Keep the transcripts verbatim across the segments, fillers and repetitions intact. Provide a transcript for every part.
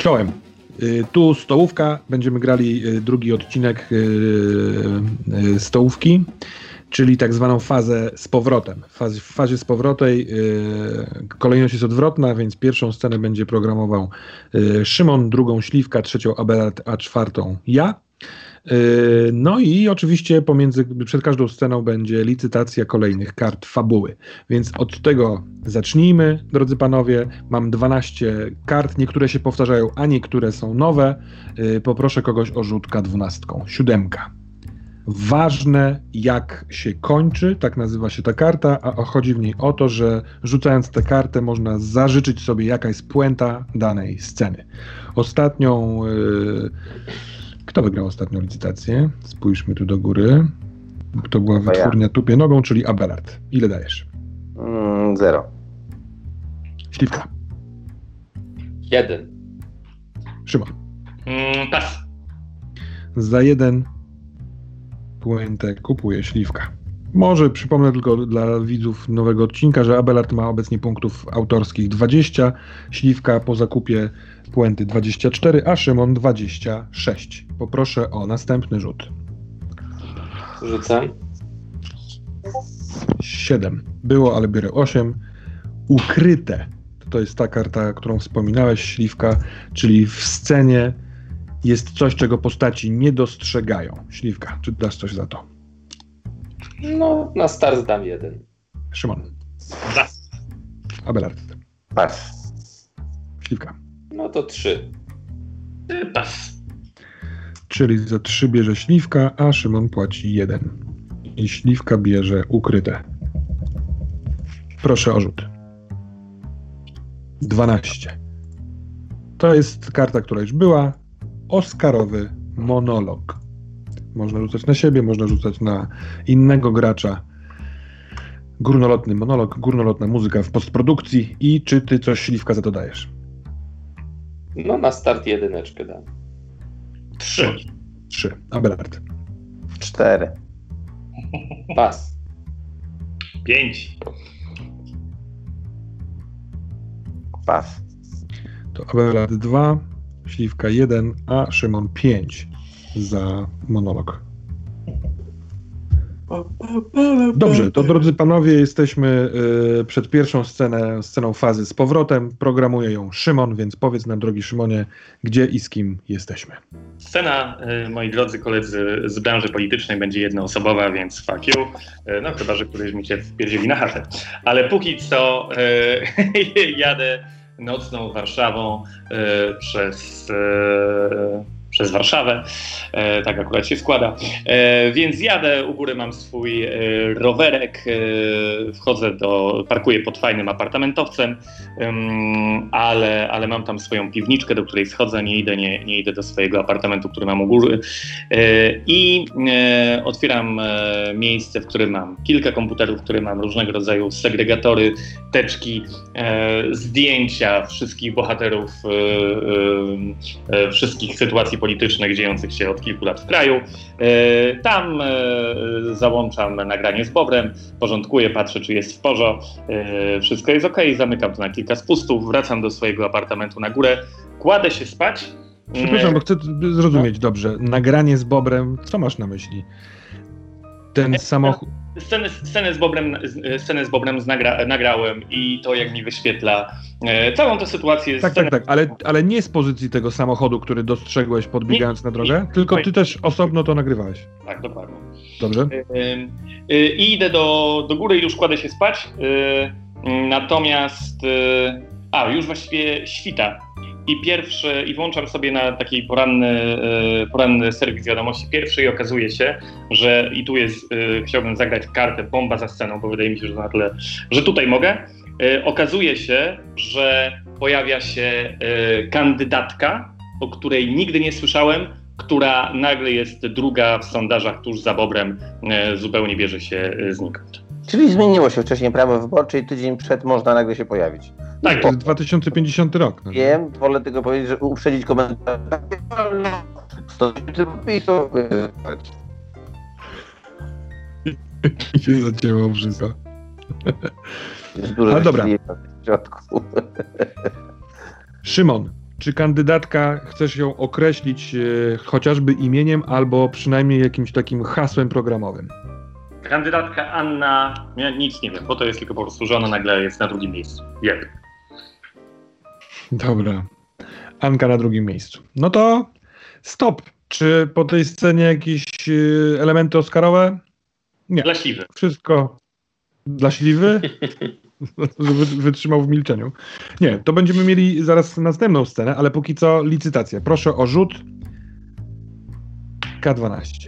Czołem. Tu stołówka. Będziemy grali drugi odcinek stołówki, czyli tak zwaną fazę z powrotem. W fazie z powrotem kolejność jest odwrotna, więc pierwszą scenę będzie programował Szymon, drugą Śliwka, trzecią Abelard, a czwartą ja. No i oczywiście pomiędzy, przed każdą sceną będzie licytacja kolejnych kart fabuły. Więc od tego zacznijmy, drodzy panowie. Mam dwanaście kart, niektóre się powtarzają, a niektóre są nowe. Poproszę kogoś o rzutkę dwunastką. Siódemka. Ważne, jak się kończy, tak nazywa się ta karta, a chodzi w niej o to, że rzucając tę kartę można zażyczyć sobie, jaka jest puenta danej sceny. Ostatnią... Yy... Kto wygrał ostatnią licytację? Spójrzmy tu do góry. To była wytwórnia Tupie Nogą, czyli Abelard. Ile dajesz? Mm, zero. Śliwka. Jeden. Szymon. Mm, pas. Za jeden puentę kupuje Śliwka. Może przypomnę tylko dla widzów nowego odcinka, że Abelard ma obecnie punktów autorskich dwadzieścia, Śliwka po zakupie puenty dwadzieścia cztery, a Szymon dwadzieścia sześć. Poproszę o następny rzut. Rzucam. siedem. Było, ale biorę osiem. Ukryte. To jest ta karta, którą wspominałeś, Śliwka, czyli w scenie jest coś, czego postaci nie dostrzegają. Śliwka, czy dasz coś za to? No, na start dam jeden. Szymon. Dwa. Abelard. Pas. Śliwka. No to trzy. Pas. Czyli za trzy bierze Śliwka, a Szymon płaci jeden. I Śliwka bierze ukryte. Proszę o rzut. dwanaście. To jest karta, która już była. Oscarowy monolog. Można rzucać na siebie, można rzucać na innego gracza. Górnolotny monolog, górnolotna muzyka w postprodukcji. I czy ty coś, Śliwka, za to dajesz? No na start jedyneczkę dam. Trzy. Trzy. Abelard. Cztery. Pas. Pięć. Pas. To Abelard dwa, Śliwka jeden, a Szymon pięć za monolog. Dobrze, to drodzy panowie, jesteśmy y, przed pierwszą scenę, sceną fazy z powrotem. Programuje ją Szymon, więc powiedz nam, drogi Szymonie, gdzie i z kim jesteśmy. Scena, y, moi drodzy koledzy z branży politycznej, będzie jednoosobowa, więc fuck you. Y, no chyba, że któryś mi się wpierdzieli na chatę. Ale póki co y, jadę nocną Warszawą y, przez... Y, przez Warszawę, e, tak akurat się składa, e, więc jadę, u góry mam swój e, rowerek, e, wchodzę do, parkuję pod fajnym apartamentowcem, um, ale, ale mam tam swoją piwniczkę, do której schodzę, nie idę, nie, nie idę do swojego apartamentu, który mam u góry e, i e, otwieram e, miejsce, w którym mam kilka komputerów, w którym mam różnego rodzaju segregatory, teczki, e, zdjęcia wszystkich bohaterów, e, e, wszystkich sytuacji politycznych dziejących się od kilku lat w kraju. E, tam e, załączam nagranie z Bobrem, porządkuję, patrzę, czy jest w porządku, e, wszystko jest ok, zamykam to na kilka spustów, wracam do swojego apartamentu na górę, kładę się spać. Przepraszam, bo chcę zrozumieć no. dobrze. Nagranie z Bobrem, co masz na myśli? Ten samochód... Scenę, scenę, z Bobrem, scenę z Bobrem znagra, nagrałem i to, jak mi wyświetla e, całą tę sytuację. Tak, scenę... tak, tak, ale, ale nie z pozycji tego samochodu, który dostrzegłeś podbiegając nie, na drogę, nie, tylko ty też osobno to nagrywałeś. Tak, dokładnie. Dobrze. E, e, I idę do, do góry i już kładę się spać, e, natomiast e, a, już właściwie świta. I pierwszy, i włączam sobie na taki poranny, poranny serwis wiadomości pierwszy i okazuje się, że i tu jest, chciałbym zagrać kartę bomba za sceną, bo wydaje mi się, że na tyle, że tutaj mogę. Okazuje się, że pojawia się kandydatka, o której nigdy nie słyszałem, która nagle jest druga w sondażach tuż za Bobrem, zupełnie bierze się znikąd. Czyli zmieniło się wcześniej prawo wyborcze i tydzień przed można nagle się pojawić. Tak, to jest dwa tysiące pięćdziesiąty rok. No. Wiem, wolę tylko powiedzieć, że uprzedzić komentarz. sto podpisów. I się zacięło wszystko. Ale dobra. Szymon, Czy kandydatka, chcesz ją określić e, chociażby imieniem albo przynajmniej jakimś takim hasłem programowym? Kandydatka Anna, ja nic nie wiem, bo to jest tylko po prostu, że ona nagle jest na drugim miejscu. Jeb. Dobra. Anka na drugim miejscu. No to stop. Czy po tej scenie jakieś e, elementy oscarowe? Nie. Dla siwy. Wszystko dla śliwy? Żeby wytrzymał w milczeniu. Nie, to będziemy mieli zaraz następną scenę, ale póki co licytację. Proszę o rzut K dwanaście.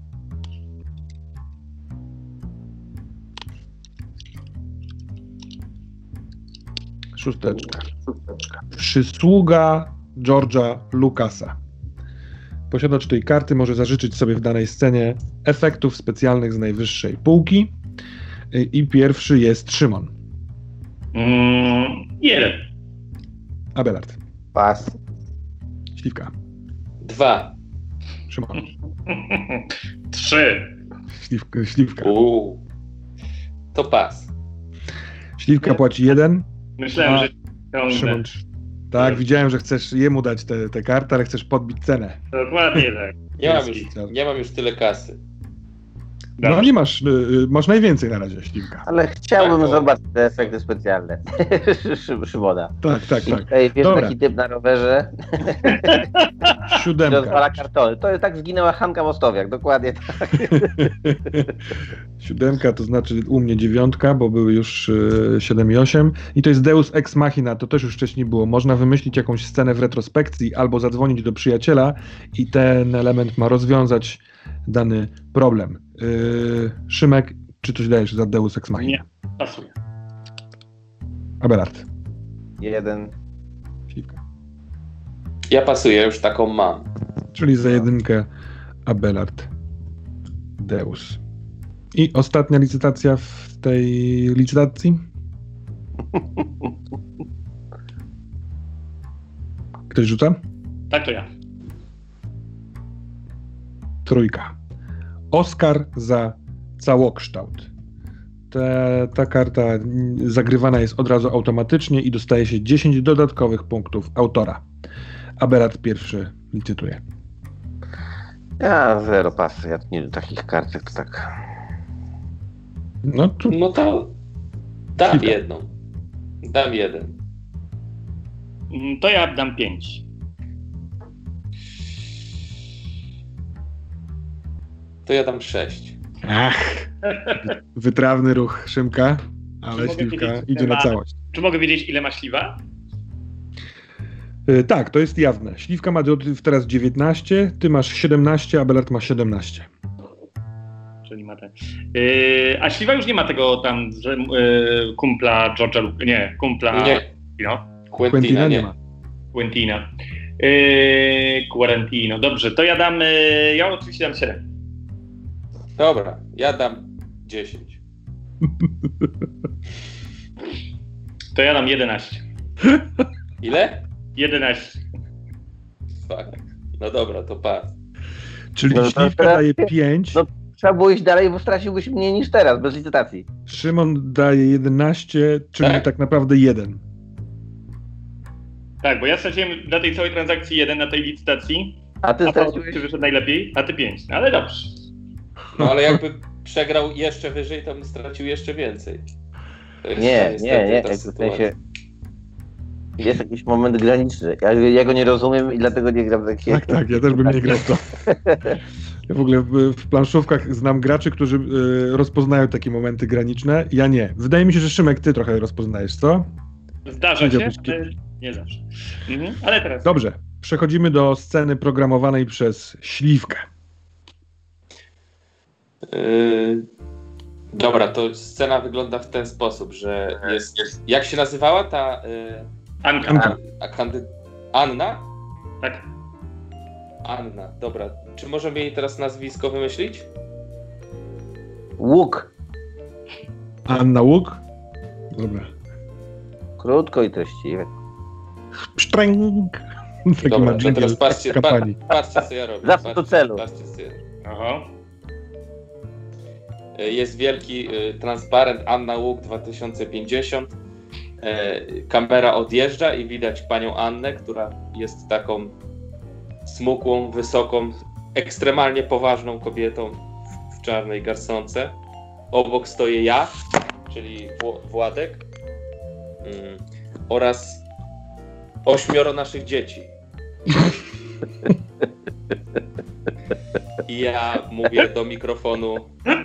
Szósteczka. Przysługa George'a Lucasa. Posiadacz tej karty może zażyczyć sobie w danej scenie efektów specjalnych z najwyższej półki. I pierwszy jest Szymon. Mm, jeden. Abelard. Pas. Śliwka. Dwa. Szymon. Trzy. Śliwka. Śliwka. Uuu. To pas. Śliwka płaci jeden. Myślałem, a że ciągnę. Szymon. Tak, widziałem, że chcesz jemu dać tę te, te kartę, ale chcesz podbić cenę. Dokładnie tak. Nie mam, już, nie mam już tyle kasy. No Dobrze. nie masz, y, masz najwięcej na razie, Śliwka. Ale chciałbym Tak, o. zobaczyć te efekty specjalne. Szy- Szymona. Tak, tak, I tak. tutaj, wiesz, Dobra. taki typ na rowerze rozwala Siódemka. kartony. To tak zginęła Hanka Mostowiak, dokładnie tak. Siódemka to znaczy u mnie dziewiątka, bo były już y, siedem i osiem. I to jest Deus Ex Machina, to też już wcześniej było. Można wymyślić jakąś scenę w retrospekcji albo zadzwonić do przyjaciela i ten element ma rozwiązać dany problem. Yy, Szymek, czy coś dajesz za Deus Ex Machina? Nie, pasuje. Abelard. Jeden. Śliwka. Ja pasuję, już taką mam. Czyli za jedynkę Abelard. Deus. I ostatnia licytacja w tej licytacji? Ktoś rzuca? Tak to ja. Trójka. Oscar za całokształt. Ta, ta karta zagrywana jest od razu automatycznie i dostaje się dziesięć dodatkowych punktów autora. Abelard pierwszy licytuje. Ja zero pas. Ja nie do takich kartek to tak. No tu No to dam Kilka. jedną. Dam jeden. Mm, To ja dam pięć. To ja dam sześć. Ach, wytrawny ruch Szymka, Czy ale mogę Śliwka wiedzieć, idzie na ma- całość. Czy mogę wiedzieć, ile ma śliwa? Y, tak, to jest jawne. Śliwka ma do- teraz dziewiętnaście, ty masz siedemnaście, Abelard ma siedemnaście. Czyli ma ten. Yy, a śliwa już nie ma tego tam że, yy, kumpla George'a Lu- nie, kumpla Nie. no, Quentina, Quentina nie. nie ma. Quentina. Yy, Quarantino. Dobrze, to ja dam. Yy, ja oczywiście dam siedem. Dobra, ja dam dziesięć. To ja dam jedenaście. Ile? jedenaście. Fuck. No dobra, to pas. Czyli No to Śliwka teraz- daje pięć, No, trzeba było iść dalej, bo straciłbyś mniej niż teraz, bez licytacji. Szymon daje jedenaście, czyli tak, Tak? naprawdę jeden. Tak, bo ja straciłem na tej całej transakcji jeden na tej licytacji. A ty A Paweł, straciłeś... ty wyszedł najlepiej, a ty pięć. No ale dobrze. No ale jakby przegrał jeszcze wyżej, to bym stracił jeszcze więcej. To jest Nie, niestety nie, nie. ta jakby W sytuacja. sensie jest jakiś moment graniczny. Ja, ja go nie rozumiem i dlatego nie gram w takie... Tak, tak, ja też bym nie grał w to. Ja w ogóle w, w planszówkach znam graczy, którzy y, rozpoznają takie momenty graniczne, ja nie. Wydaje mi się, że Szymek, ty trochę rozpoznajesz, co? Zdarza Będzie się, być ale nie zawsze. Mhm. Ale teraz. Dobrze, przechodzimy do sceny programowanej przez Śliwkę. Yy, dobra, to scena wygląda w ten sposób, że jest... Jak się nazywała ta... Yy, Anka. Anka. a kandy... Anna? Tak. Anna, dobra. Czy możemy jej teraz nazwisko wymyślić? Łuk. Anna Łuk. Dobra. Krótko i treściwie. Psztręk. Taki Dobra, ma to dżingiel teraz patrzcie, pa, kampanii. patrzcie co ja robię. Zawsze do Patrzcie, celu. Patrzcie, co ja robię. Aha. Jest wielki y, transparent Anna Łuk dwa tysiące pięćdziesiąt. e, kamera odjeżdża i widać panią Annę, która jest taką smukłą, wysoką, ekstremalnie poważną kobietą w, w czarnej garsonce. Obok stoję ja, czyli Wł- Władek mm, oraz ośmioro naszych dzieci. I ja mówię do mikrofonu: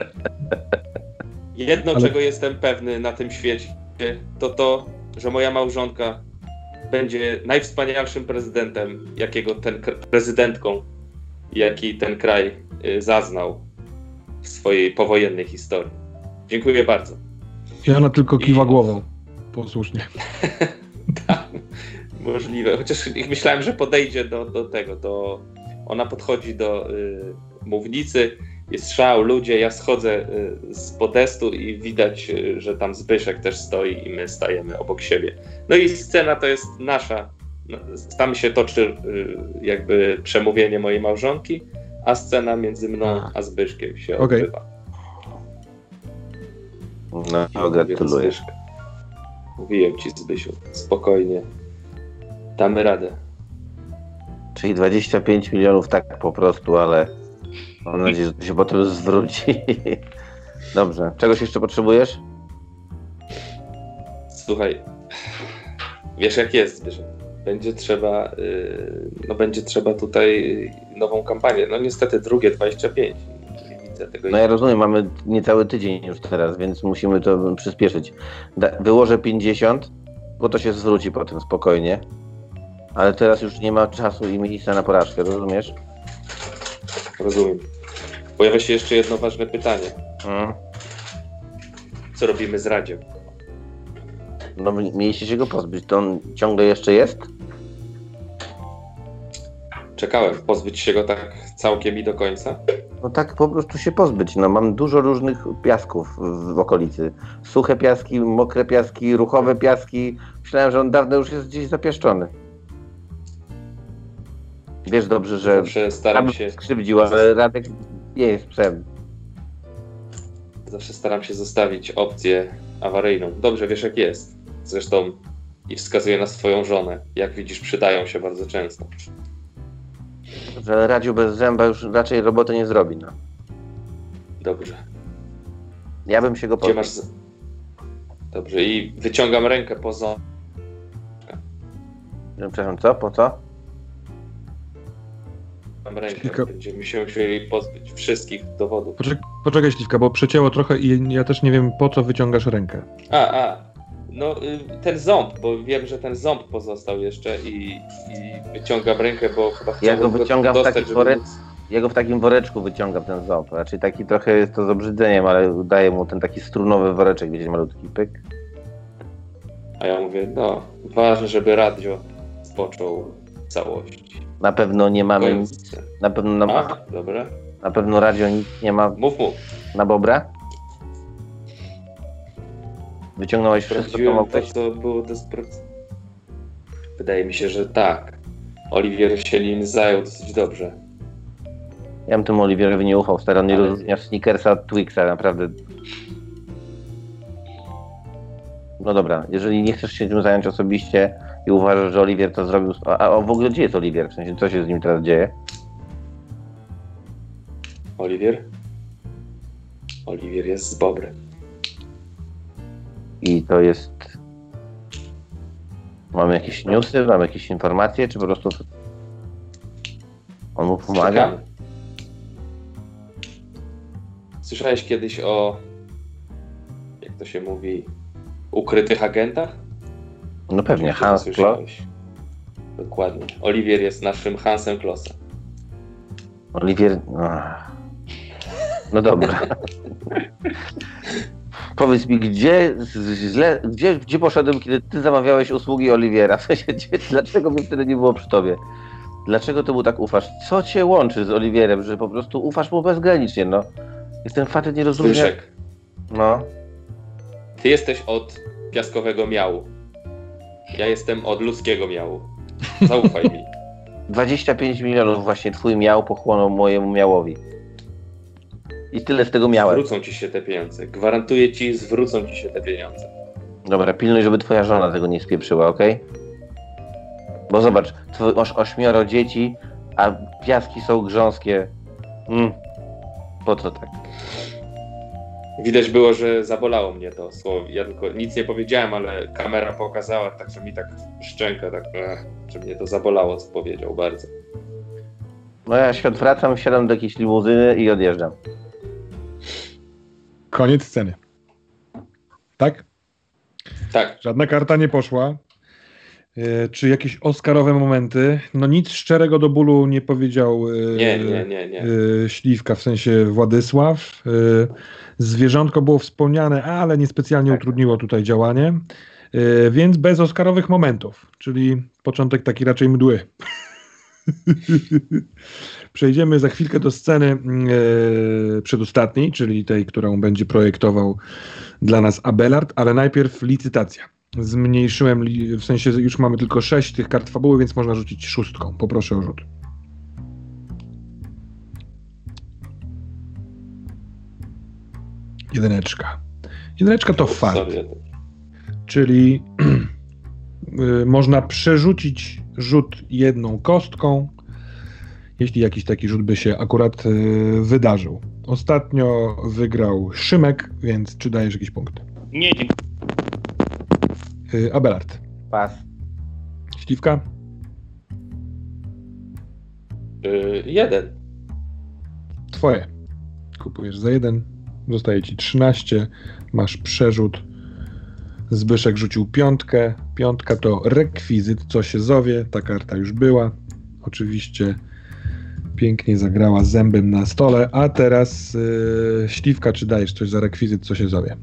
jedno, Ale... czego jestem pewny na tym świecie, to to, że moja małżonka będzie najwspanialszym prezydentem, jakiego ten prezydentką, jaki ten kraj y, zaznał w swojej powojennej historii. Dziękuję bardzo. I ona tylko kiwa I... głową. Posłusznie. Tak, możliwe. Chociaż myślałem, że podejdzie do, do tego, do... Ona podchodzi do y, mównicy, jest szał, ludzie, ja schodzę y, z podestu i widać, y, że tam Zbyszek też stoi i my stajemy obok siebie. No i scena to jest nasza. No, tam się toczy y, jakby przemówienie mojej małżonki, a scena między mną a Zbyszkiem się okay. odbywa. No, gratuluję. Mówiłem ci, Zbysiu, spokojnie. Damy radę. Czyli dwadzieścia pięć milionów tak po prostu, ale mam nadzieję, że to się potem zwróci. Dobrze. Czegoś jeszcze potrzebujesz? Słuchaj, wiesz jak jest, Zbyszek. Będzie trzeba, yy, no będzie trzeba tutaj nową kampanię. No niestety drugie dwadzieścia pięć. Tego no ja rozumiem, mamy niecały tydzień już teraz, więc musimy to przyspieszyć. Da, wyłożę pięćdziesiąt, bo to się zwróci potem spokojnie. Ale teraz już nie ma czasu i miejsca na porażkę, rozumiesz? Rozumiem. Pojawia się jeszcze jedno ważne pytanie. Hmm. Co robimy z Radziem? No mieliście się go pozbyć, to on ciągle jeszcze jest? Czekałem pozbyć się go tak całkiem i do końca. No tak po prostu się pozbyć. No mam dużo różnych piasków w, w okolicy. Suche piaski, mokre piaski, ruchowe piaski. Myślałem, że on dawno już jest gdzieś zapieszczony. Wiesz dobrze, że Zawsze staram się skrzywdził, ale Radek nie jest psem. Zawsze staram się zostawić opcję awaryjną. Dobrze, wiesz jak jest. Zresztą i wskazuję na swoją żonę. Jak widzisz, przydają się bardzo często. Że Radziu bez zęba już raczej roboty nie zrobi, no. Dobrze. Ja bym się go Gdzie pozbył. masz... Dobrze, i wyciągam rękę poza... Przepraszam, co? Po co? Mam rękę, Śliwka. będziemy się musieli pozbyć wszystkich dowodów. Poczekaj, poczekaj Śliwka, bo przecięło trochę i ja też nie wiem, po co wyciągasz rękę. A, a, no y, ten ząb, bo wiem, że ten ząb pozostał jeszcze i, i wyciągam rękę, bo chyba Ja chciałbym go wyciągam w dostać, takim żeby woreczku. móc- Ja go w takim woreczku wyciągam, ten ząb. Raczej taki trochę jest to z obrzydzeniem, ale daję mu ten taki strunowy woreczek, wiecie, malutki pyk. A ja mówię, no, ważne, żeby radio spoczął w całości. Na pewno nie mamy Koniec nic. sceny. Na pewno, na, A, dobra. na pewno radio nic nie ma Mów, mów. na Bobra? Wyciągnąłeś wszystko, co Sprawdziłem to, mogłeś? co było do sprawdzenia. Wydaje mi się, że tak. Oliwier się nim zajął dosyć dobrze. Ja bym tym Oliwierowi nie ufał, stary, on nie Ale- rozróżnia Snickersa od Twixa, naprawdę. No dobra, jeżeli nie chcesz się tym zająć osobiście i uważasz, że Oliwier to zrobił... A, a w ogóle gdzie jest Oliwier? W sensie, co się z nim teraz dzieje? Oliwier? Oliwier jest z Bobrem. I to jest... Mamy jakieś newsy, mamy jakieś informacje, czy po prostu on mu pomaga? Czekamy. Słyszałeś kiedyś o, jak to się mówi, ukrytych agentach? No pewnie, Czy to Hans Klo. słyszałeś? Dokładnie. Oliwier jest naszym Hansem Klossem. Oliwier... Ach. No dobra. Powiedz mi, gdzie źle, gdzie, gdzie poszedłem, kiedy ty zamawiałeś usługi Oliwiera? W sensie, gdzie, dlaczego mnie wtedy nie było przy tobie? Dlaczego ty mu tak ufasz? Co cię łączy z Oliwierem, że po prostu ufasz mu bezgranicznie, no? Jest ten facet nie rozumie. Zbyszek, No. ty jesteś od piaskowego miału. Ja jestem od ludzkiego miału. Zaufaj mi. dwadzieścia pięć milionów właśnie twój miał pochłonął mojemu miałowi. I tyle z tego miałem. Zwrócą ci się te pieniądze. Gwarantuję ci, zwrócą ci się te pieniądze. Dobra, pilnuj, żeby twoja żona tego nie spieprzyła, okej? Okay? Bo zobacz, twój, masz ośmioro dzieci, a piaski są grząskie. Mm. Po co tak? Widać było, że zabolało mnie to słowo. Ja tylko nic nie powiedziałem, ale kamera pokazała, tak, że mi tak szczęka, tak, ech, że mnie to zabolało, co powiedział bardzo. No ja się odwracam, wsiadam do jakiejś limuzyny i odjeżdżam. Koniec sceny. Tak? Tak. Żadna karta nie poszła. E, czy jakieś oscarowe momenty? No nic szczerego do bólu nie powiedział e, Nie, nie, nie, nie. E, Śliwka, w sensie Władysław. E, zwierzątko było wspomniane, ale niespecjalnie Tak. utrudniło tutaj działanie. E, więc bez oscarowych momentów, czyli początek taki raczej mdły. Przejdziemy za chwilkę do sceny e, przedostatniej, czyli tej, którą będzie projektował dla nas Abelard, ale najpierw licytacja. Zmniejszyłem, li, w sensie już mamy tylko sześć tych kart fabuły, więc można rzucić szóstką. Poproszę o rzut. Jedyneczka. Jedyneczka to fart, Sorry. czyli y, można przerzucić rzut jedną kostką, jeśli jakiś taki rzut by się akurat y, wydarzył. Ostatnio wygrał Szymek, więc czy dajesz jakiś punkt? Nie, dziękuję. Y, Abelard. Pas. Śliwka? Yy, jeden. Twoje. Kupujesz za jeden, zostaje ci trzynaście, masz przerzut. Zbyszek rzucił piątkę. Piątka to rekwizyt, co się zowie. Ta karta już była. Oczywiście pięknie zagrała zębem na stole. A teraz yy, Śliwka, czy dajesz coś za rekwizyt, co się zowie?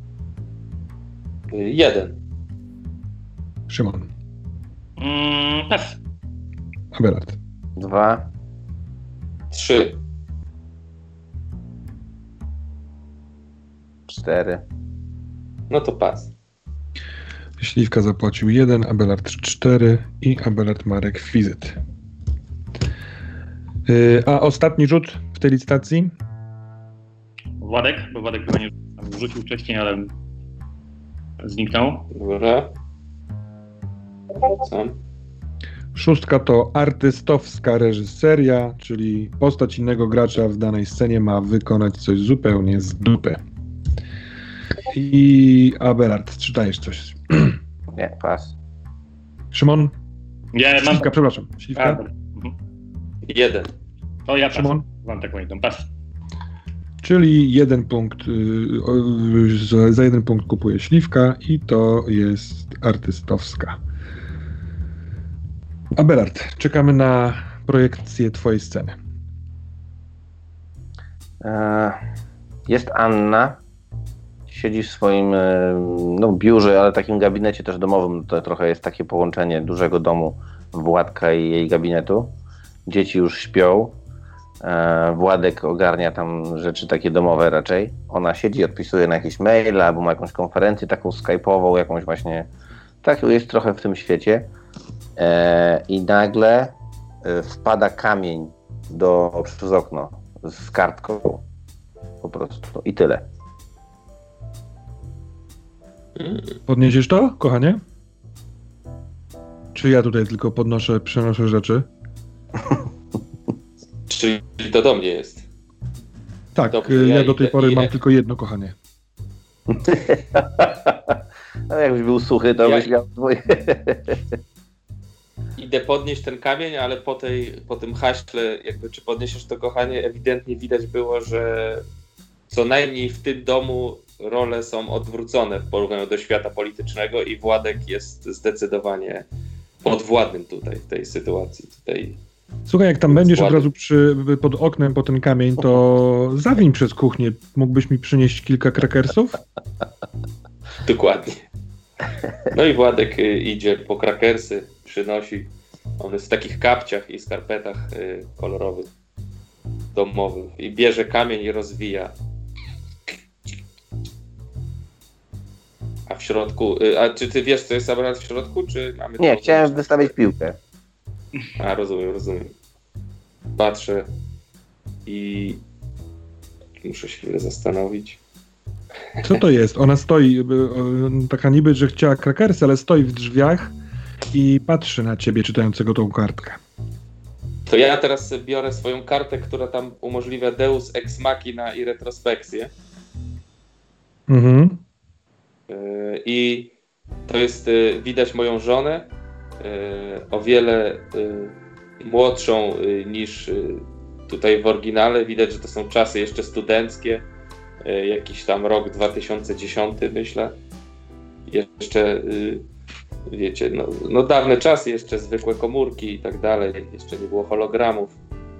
Yy, jeden. Szymon. Mm, pas. Abelard. Dwa. Trzy. Cztery. No to pas. Śliwka zapłacił jeden, Abelard cztery i Abelard ma rekwizyt. Yy, a ostatni rzut w tej licytacji? Władek, bo Władek chyba nie rzucił wcześniej, ale zniknął. Dobra. Co? Szóstka to artystowska reżyseria, czyli postać innego gracza w danej scenie ma wykonać coś zupełnie z dupy. I Abelard, czytajesz coś? Nie, pas. Szymon? Ja mam... Śliwka, przepraszam. A, Śliwka? dobra. Mhm. Jeden. To ja pas. Szymon? Mam taką jedną, pas. Czyli jeden punkt, yy, za, za jeden punkt kupuje Śliwka i to jest artystowska. Abelard, czekamy na projekcję twojej sceny. E, jest Anna. Siedzi w swoim no, biurze, ale takim gabinecie też domowym. To trochę jest takie połączenie dużego domu Władka i jej gabinetu. Dzieci już śpią. E, Władek ogarnia tam rzeczy takie domowe raczej. Ona siedzi, odpisuje na jakieś maile albo ma jakąś konferencję taką skype'ową, jakąś właśnie. Tak jest trochę w tym świecie. E, I nagle e, wpada kamień do, przez okno z kartką. Po prostu. I tyle. Podniesiesz to, kochanie? Czy ja tutaj tylko podnoszę, przenoszę rzeczy? Czyli to do mnie jest. Tak, Dobrze, ja, ja do tej idę- pory idę. mam tylko jedno, kochanie. No jakbyś był suchy, to Ja- byś miał dwoje. Idę podnieść ten kamień, ale po, tej, po tym haśle, jakby czy podniesiesz to, kochanie, ewidentnie widać było, że co najmniej w tym domu role są odwrócone w porównaniu do świata politycznego i Władek jest zdecydowanie podwładnym tutaj w tej sytuacji. Tutaj Słuchaj, jak tam będziesz od Ładnie. razu przy, pod oknem po ten kamień, to zawiń przez kuchnię. Mógłbyś mi przynieść kilka krakersów? dokładnie. No i Władek y, idzie po krakersy, przynosi. On jest w takich kapciach i skarpetach y, kolorowych, domowych. I bierze kamień i rozwija. A w środku... Y, a czy ty wiesz, co jest Abelard w środku, czy mamy... Nie, to- chciałem wystawić piłkę. A, rozumiem, rozumiem. Patrzę i muszę się chwilę zastanowić. Co to jest? Ona stoi, taka niby, że chciała krakersy, ale stoi w drzwiach i patrzy na ciebie, czytającego tą kartkę. To ja teraz biorę swoją kartę, która tam umożliwia Deus Ex Machina i retrospekcję. Mhm. I to jest, widać moją żonę, o wiele młodszą niż tutaj w oryginale. Widać, że to są czasy jeszcze studenckie, jakiś tam rok dwa tysiące dziesiąty, myślę. Jeszcze, wiecie, no, no dawne czasy, jeszcze zwykłe komórki i tak dalej, jeszcze nie było hologramów.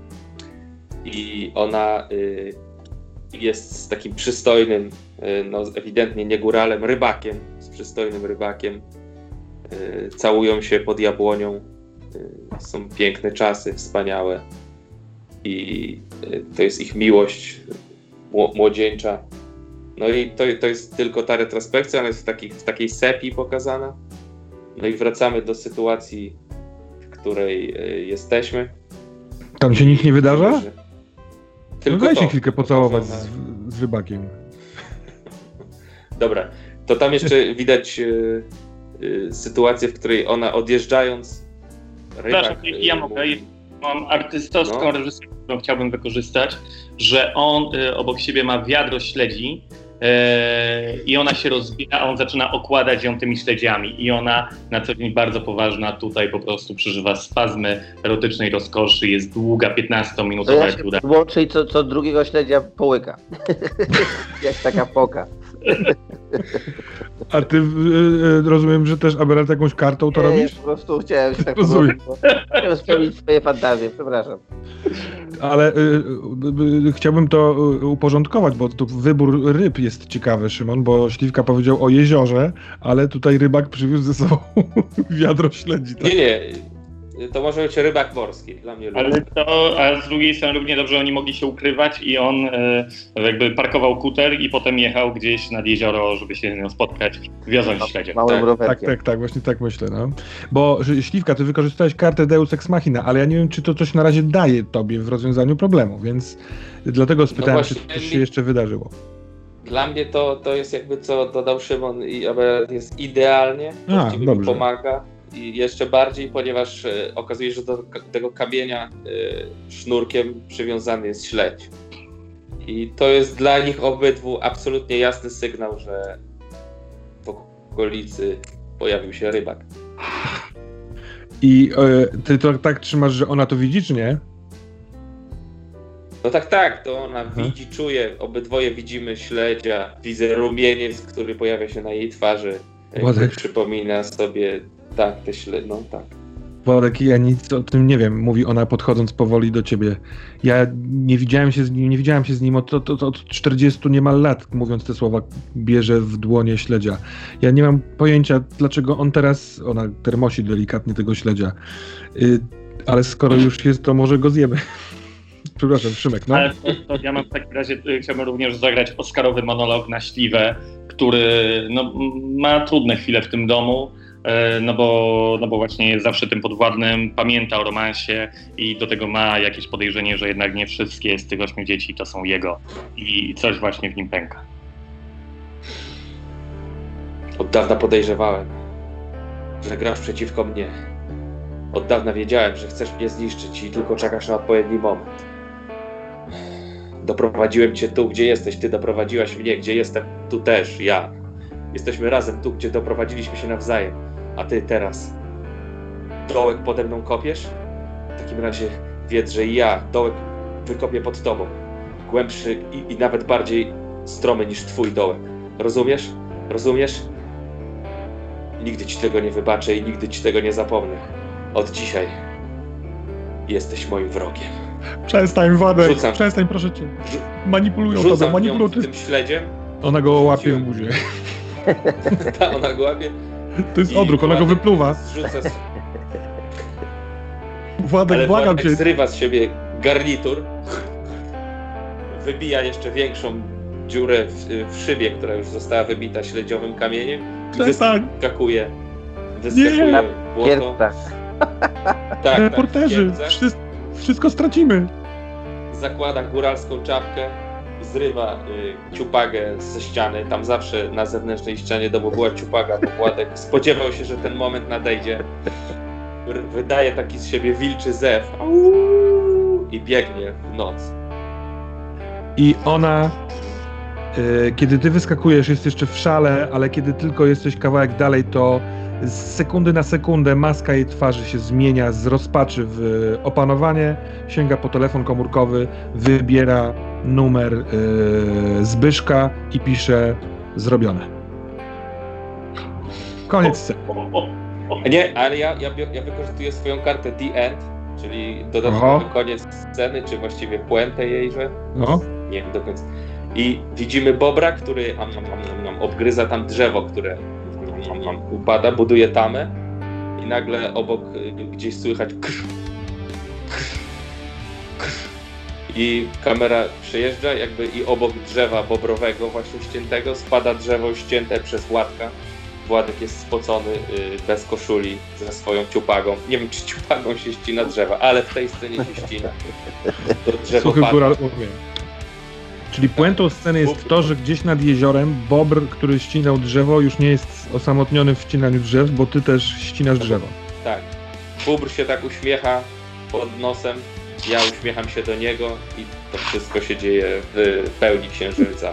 I ona jest z takim przystojnym, no ewidentnie nie góralem, rybakiem, z przystojnym rybakiem. Całują się pod jabłonią. Są piękne czasy, wspaniałe. I to jest ich miłość młodzieńcza. No i to, to jest tylko ta retrospekcja, ale jest w, taki, w takiej sepii pokazana. No i wracamy do sytuacji, w której jesteśmy. Tam się nic nie wydarza? Tylko no daj to, się chwilkę pocałować to, z, z rybakiem. Dobra, to tam jeszcze widać y, y, sytuację, w której ona odjeżdżając rybak, Przepraszam, ja mogę, mam artystowską no. reżyserę, którą chciałbym wykorzystać, że on y, obok siebie ma wiadro śledzi y, i ona się rozbija, a on zaczyna okładać ją tymi śledziami i ona na co dzień bardzo poważna tutaj po prostu przeżywa spazmy erotycznej rozkoszy, jest długa, piętnastominutowa. To ja się włączę i co, co drugiego śledzia połyka. Jak taka foka. A ty y, y, rozumiem, że też Aberalt jakąś kartą to nie, robisz? Nie, po prostu chciałem się tak Rozumiem. Chciałem spełnić swoje fantazje, przepraszam. Ale y, y, y, chciałbym to y, uporządkować, bo tu wybór ryb jest ciekawy, Szymon, bo Śliwka powiedział o jeziorze, ale tutaj rybak przywiózł ze sobą wiadro śledzi. Tak? Nie, nie. To może być rybak morski, dla mnie. Ale to, a z drugiej strony równie dobrze oni mogli się ukrywać i on e, jakby parkował kuter i potem jechał gdzieś nad jezioro, żeby się z nią spotkać, wioząc śledzie. Małym Tak, rowerkiem. Tak, tak, tak, właśnie tak myślę, no. Bo Śliwka, ty wykorzystałeś kartę Deus Ex Machina, ale ja nie wiem, czy to coś na razie daje tobie w rozwiązaniu problemu, więc dlatego spytałem, No czy właśnie, coś się jeszcze wydarzyło. Dla mnie to, to jest jakby co dodał Szymon i Aberalt jest idealnie, A, właściwie mi dobrze. pomaga i jeszcze bardziej, ponieważ e, okazuje się, że do k- tego kamienia e, sznurkiem przywiązany jest śledź. I to jest dla nich obydwu absolutnie jasny sygnał, że w okolicy pojawił się rybak. I y, ty to tak trzymasz, że ona to widzi, czy nie? No tak, tak, to ona Mhm. widzi, czuje, obydwoje widzimy śledzia, widzę rumieniec, który pojawia się na jej twarzy, jakby Władek. przypomina sobie, tak, te śledź, no tak. Władek, ja nic o tym nie wiem, mówi ona podchodząc powoli do ciebie. Ja nie widziałem się z nim, nie widziałem się z nim od, od, od, od czterdziestu niemal lat, mówiąc te słowa, bierze w dłonie śledzia. Ja nie mam pojęcia, dlaczego on teraz, ona termosi delikatnie tego śledzia. Y, ale skoro już jest, to może go zjemy. Przepraszam, Szymek, no. Ale to, to ja mam w takim razie, y, chciałbym również zagrać Oscarowy monolog na Śliwę, który no, m- ma trudne chwile w tym domu, y, no, bo, no bo właśnie jest zawsze tym podwładnym, pamięta o romansie i do tego ma jakieś podejrzenie, że jednak nie wszystkie z tych ośmiu dzieci to są jego i coś właśnie w nim pęka. Od dawna podejrzewałem, że grasz przeciwko mnie. Od dawna wiedziałem, że chcesz mnie zniszczyć i tylko czekasz na odpowiedni moment. Doprowadziłem cię tu, gdzie jesteś, ty doprowadziłaś mnie, gdzie jestem, tu też, ja. Jesteśmy razem tu, gdzie doprowadziliśmy się nawzajem, a ty teraz dołek pode mną kopiesz? W takim razie wiedz, że i ja dołek wykopię pod tobą. Głębszy i, i nawet bardziej stromy niż twój dołek. Rozumiesz? Rozumiesz? Nigdy ci tego nie wybaczę i nigdy ci tego nie zapomnę. Od dzisiaj jesteś moim wrogiem. Przestań, Władek, Rzucam. przestań, proszę cię. Manipulują Rzucam tobą, w nią manipulują. tym śledziem. Ona go łapie w Rzuciłem. buzie. Ta, ona go łapie. To jest i odruch, ona go Władek wypluwa. Zrzuca z... Władek, Ale błagam Władek cię. zrywa z siebie garnitur. Wybija jeszcze większą dziurę w, w szybie, która już została wybita śledziowym kamieniem. I Przestań. wyskakuje. Wyskakuje Nie. błoto. Kierpta. Tak, tak, Reporterzy, w Kielcach. wszystko, wszystko stracimy. Zakłada góralską czapkę zrywa y, ciupagę ze ściany. Tam zawsze na zewnętrznej ścianie domu była ciupaga, bo Władek spodziewał się, że ten moment nadejdzie. R- wydaje taki z siebie wilczy zew. Auuu, i biegnie w noc. I ona, y, kiedy ty wyskakujesz, jest jeszcze w szale, ale kiedy tylko jesteś kawałek dalej, to z sekundy na sekundę maska jej twarzy się zmienia z rozpaczy w opanowanie, sięga po telefon komórkowy, wybiera numer y, Zbyszka i pisze zrobione. Koniec sceny. Nie, ale ja, ja, ja wykorzystuję swoją kartę The End, czyli dodatkowy Oho. koniec sceny, czy właściwie puentę jejże. No. Nie wiem do końca. I widzimy Bobra, który am, am, am, am, obgryza tam drzewo, które am, am, am, upada, buduje tamę i nagle obok y, gdzieś słychać krr, krr, krr. I kamera przejeżdża jakby i obok drzewa bobrowego właśnie ściętego spada drzewo ścięte przez Władka. Władek jest spocony, y, bez koszuli, ze swoją ciupagą. Nie wiem, czy ciupagą się ścina drzewa, ale w tej scenie się ścina. To drzewo Suchy pada. góra umie. Czyli puentą sceny jest to, że gdzieś nad jeziorem bobr, który ścinał drzewo, już nie jest osamotniony w ścinaniu drzew, bo ty też ścinasz drzewo. Tak. Bóbr się tak uśmiecha pod nosem, ja uśmiecham się do niego i to wszystko się dzieje w pełni księżyca.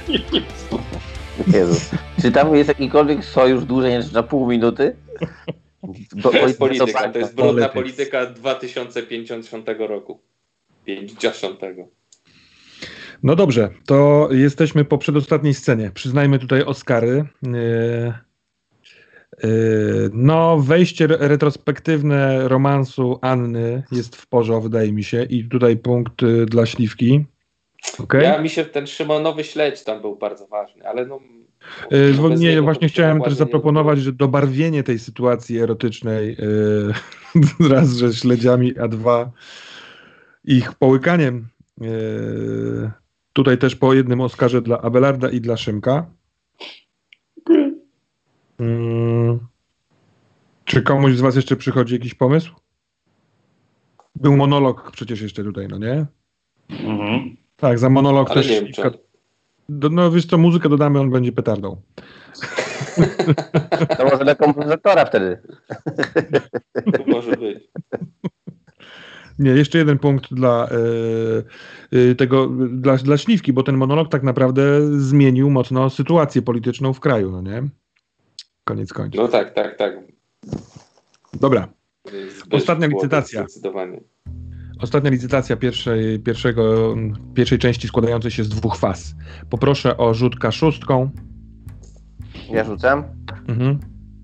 Jezu. Czy tam jest jakikolwiek sojusz dłużej niż na pół minuty? Bo, To jest polityka, to jest brudna Polityks. polityka dwa tysiące pięćdziesiątego roku. pięćdziesiątego. No dobrze, to jesteśmy po przedostatniej scenie. Przyznajmy tutaj Oscary. Yy, yy, no, wejście re- retrospektywne romansu Anny jest w porządku, wydaje mi się. I tutaj punkt y, dla Śliwki. Okay? Ja mi się ten Szymonowy śledź tam był bardzo ważny, ale no... Yy, no bez nie, niego właśnie to chciałem ładnie też nie zaproponować, że dobarwienie tej sytuacji erotycznej yy, raz, że śledziami, a dwa ich połykaniem. Yy, tutaj też po jednym Oscarze dla Abelarda i dla Szymka. Yy, czy komuś z was jeszcze przychodzi jakiś pomysł? Był monolog przecież jeszcze tutaj, no nie? Mhm. Tak, za monolog Ale też nie wiem, Śliwka. czy... Do, no wiesz co, muzykę dodamy, on będzie petardą. To może dla kompozytora wtedy. To może być. Nie, jeszcze jeden punkt dla y, y, tego, dla, dla Śliwki, bo ten monolog tak naprawdę zmienił mocno sytuację polityczną w kraju, no nie? Koniec końców. No tak, tak, tak. Dobra, Zbyt Ostatnia było licytacja. Zdecydowanie. ostatnia licytacja pierwszej, pierwszego, pierwszej części składającej się z dwóch faz. Poproszę o rzut K sześć. Ja rzucam. Mhm.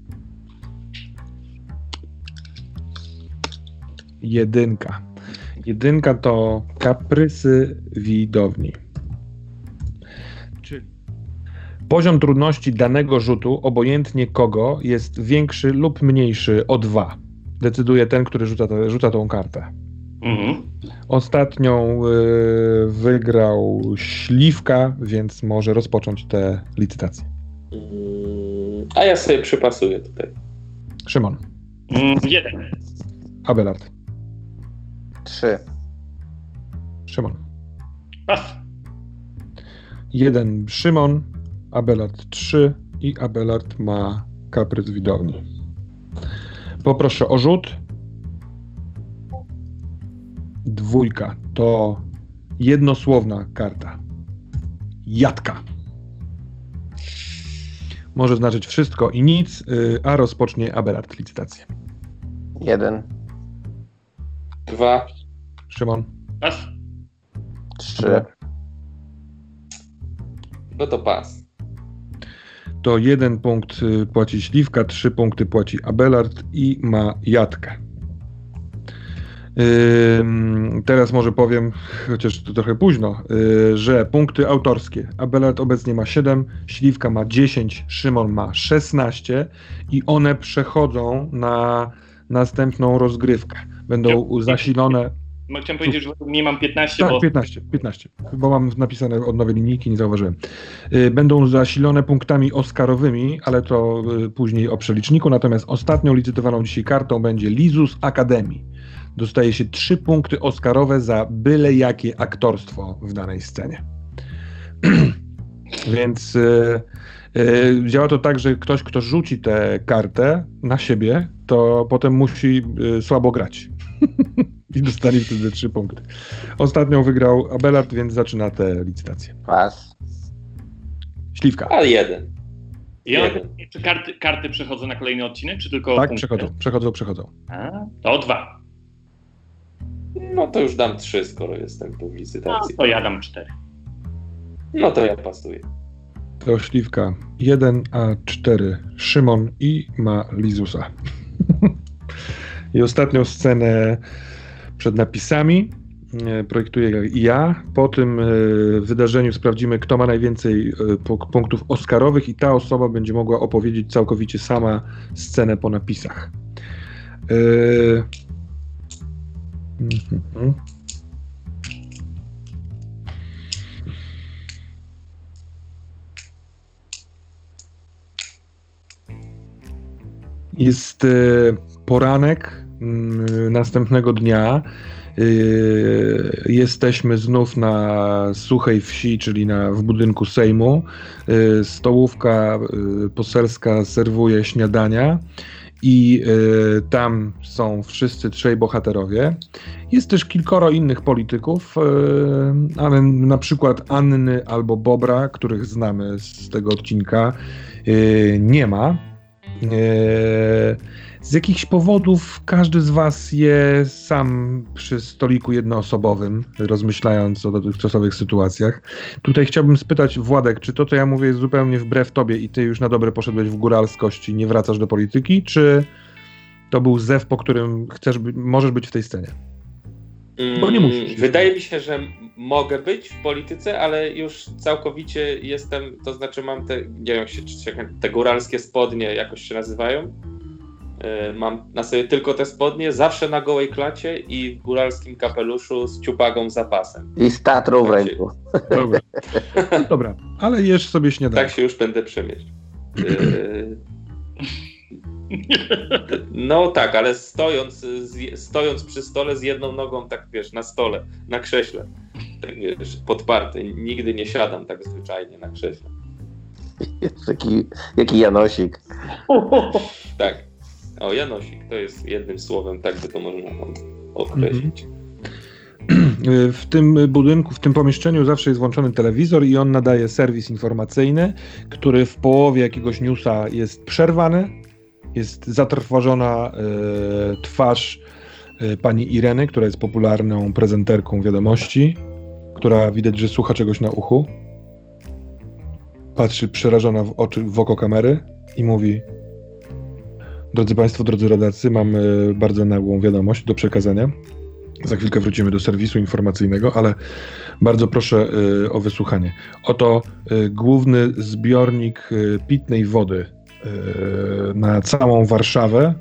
Jedynka. Jedynka to kaprysy widowni. Czyli poziom trudności danego rzutu, obojętnie kogo, jest większy lub mniejszy o dwa. Decyduje ten, który rzuca, te, rzuca tą kartę. Mhm. Ostatnią y, wygrał Śliwka, więc może rozpocząć tę licytację. Mm, A ja sobie przypasuję tutaj. Szymon. Mm, jeden. Abelard. Trzy. Szymon. Pas. Jeden Szymon, Abelard trzy i Abelard ma kaprys widowni. Poproszę o rzut. Dwójka to jednosłowna karta. Jadka. Może znaczyć wszystko i nic, a rozpocznie Abelard licytację. Jeden. Dwa. Szymon. Pas. Trzy. No to pas. To jeden punkt y, płaci Śliwka, trzy punkty płaci Abelard i ma Jadkę. Ym, teraz może powiem, chociaż to trochę późno, y, że punkty autorskie. Abelard obecnie ma siedem, Śliwka ma dziesięć, Szymon ma szesnaście i one przechodzą na następną rozgrywkę. Będą zasilone... No, chciałem powiedzieć, że nie mam piętnaście, Tak, bo... piętnaście, piętnaście, bo mam napisane od nowej linijki, nie zauważyłem. Y, Będą zasilone punktami oscarowymi, ale to y, później o przeliczniku, natomiast ostatnią licytowaną dzisiaj kartą będzie Lizus Akademii. Dostaje się trzy punkty oscarowe za byle jakie aktorstwo w danej scenie. Więc y, y, działa to tak, że ktoś, kto rzuci tę kartę na siebie, to potem musi y, słabo grać. I dostanie wtedy trzy punkty. Ostatnią wygrał Abelard, więc zaczyna tę licytację. Pas. Śliwka. Ale jeden. I on, Jeden. czy karty, karty przechodzą na kolejny odcinek, czy tylko Tak, punkty? przechodzą, przechodzą, przechodzą. A, to dwa. No to już dam trzy, skoro jestem tu w No, licytacji. to ja dam cztery. No to ja pasuję. To Śliwka jeden, a cztery Szymon i ma Lizusa. I ostatnią scenę przed napisami e, projektuję ja. Po tym e, wydarzeniu sprawdzimy, kto ma najwięcej e, punktów oscarowych i ta osoba będzie mogła opowiedzieć całkowicie sama scenę po napisach. E, mm-hmm. Jest e, poranek m, następnego dnia. E, jesteśmy znów na Suchej Wsi, czyli na, w budynku Sejmu. E, stołówka e, poselska serwuje śniadania i e, tam są wszyscy trzej bohaterowie. Jest też kilkoro innych polityków, e, ale na przykład Anny albo Bobra, których znamy z tego odcinka, e, nie ma. Z jakichś powodów każdy z was je sam przy stoliku jednoosobowym, rozmyślając o dotychczasowych sytuacjach. Tutaj chciałbym spytać, Władek, czy to, co ja mówię, jest zupełnie wbrew tobie i ty już na dobre poszedłeś w góralskość i nie wracasz do polityki, czy to był zew, po którym chcesz by, możesz być w tej scenie? Bo nie musisz. Wydaje mi się, że mogę być w polityce, ale już całkowicie jestem, to znaczy mam te, nie wiem jak się, te góralskie spodnie jakoś się nazywają. Mam na sobie tylko te spodnie, zawsze na gołej klacie i w góralskim kapeluszu z ciupagą za pasem. I z tatrą w ręku. Dobra. No dobra, ale jesz sobie śniadanie. Tak się już będę przemieść. No tak, ale stojąc, stojąc przy stole z jedną nogą, tak wiesz, na stole, na krześle, tak wiesz, podparty. Nigdy nie siadam tak zwyczajnie na krześle. Jaki, jaki Janosik. Tak. O, Janosik, to jest jednym słowem, tak by to można określić. W tym budynku, w tym pomieszczeniu zawsze jest włączony telewizor i on nadaje serwis informacyjny, który w połowie jakiegoś newsa jest przerwany. Jest zatrwożona e, twarz e, pani Ireny, która jest popularną prezenterką wiadomości, która widać, że słucha czegoś na uchu. Patrzy przerażona w oczy, w oko kamery i mówi: drodzy państwo, drodzy rodacy, mam e, bardzo nagłą wiadomość do przekazania. Za chwilkę wrócimy do serwisu informacyjnego, ale bardzo proszę e, o wysłuchanie. Oto e, główny zbiornik e, pitnej wody na całą Warszawę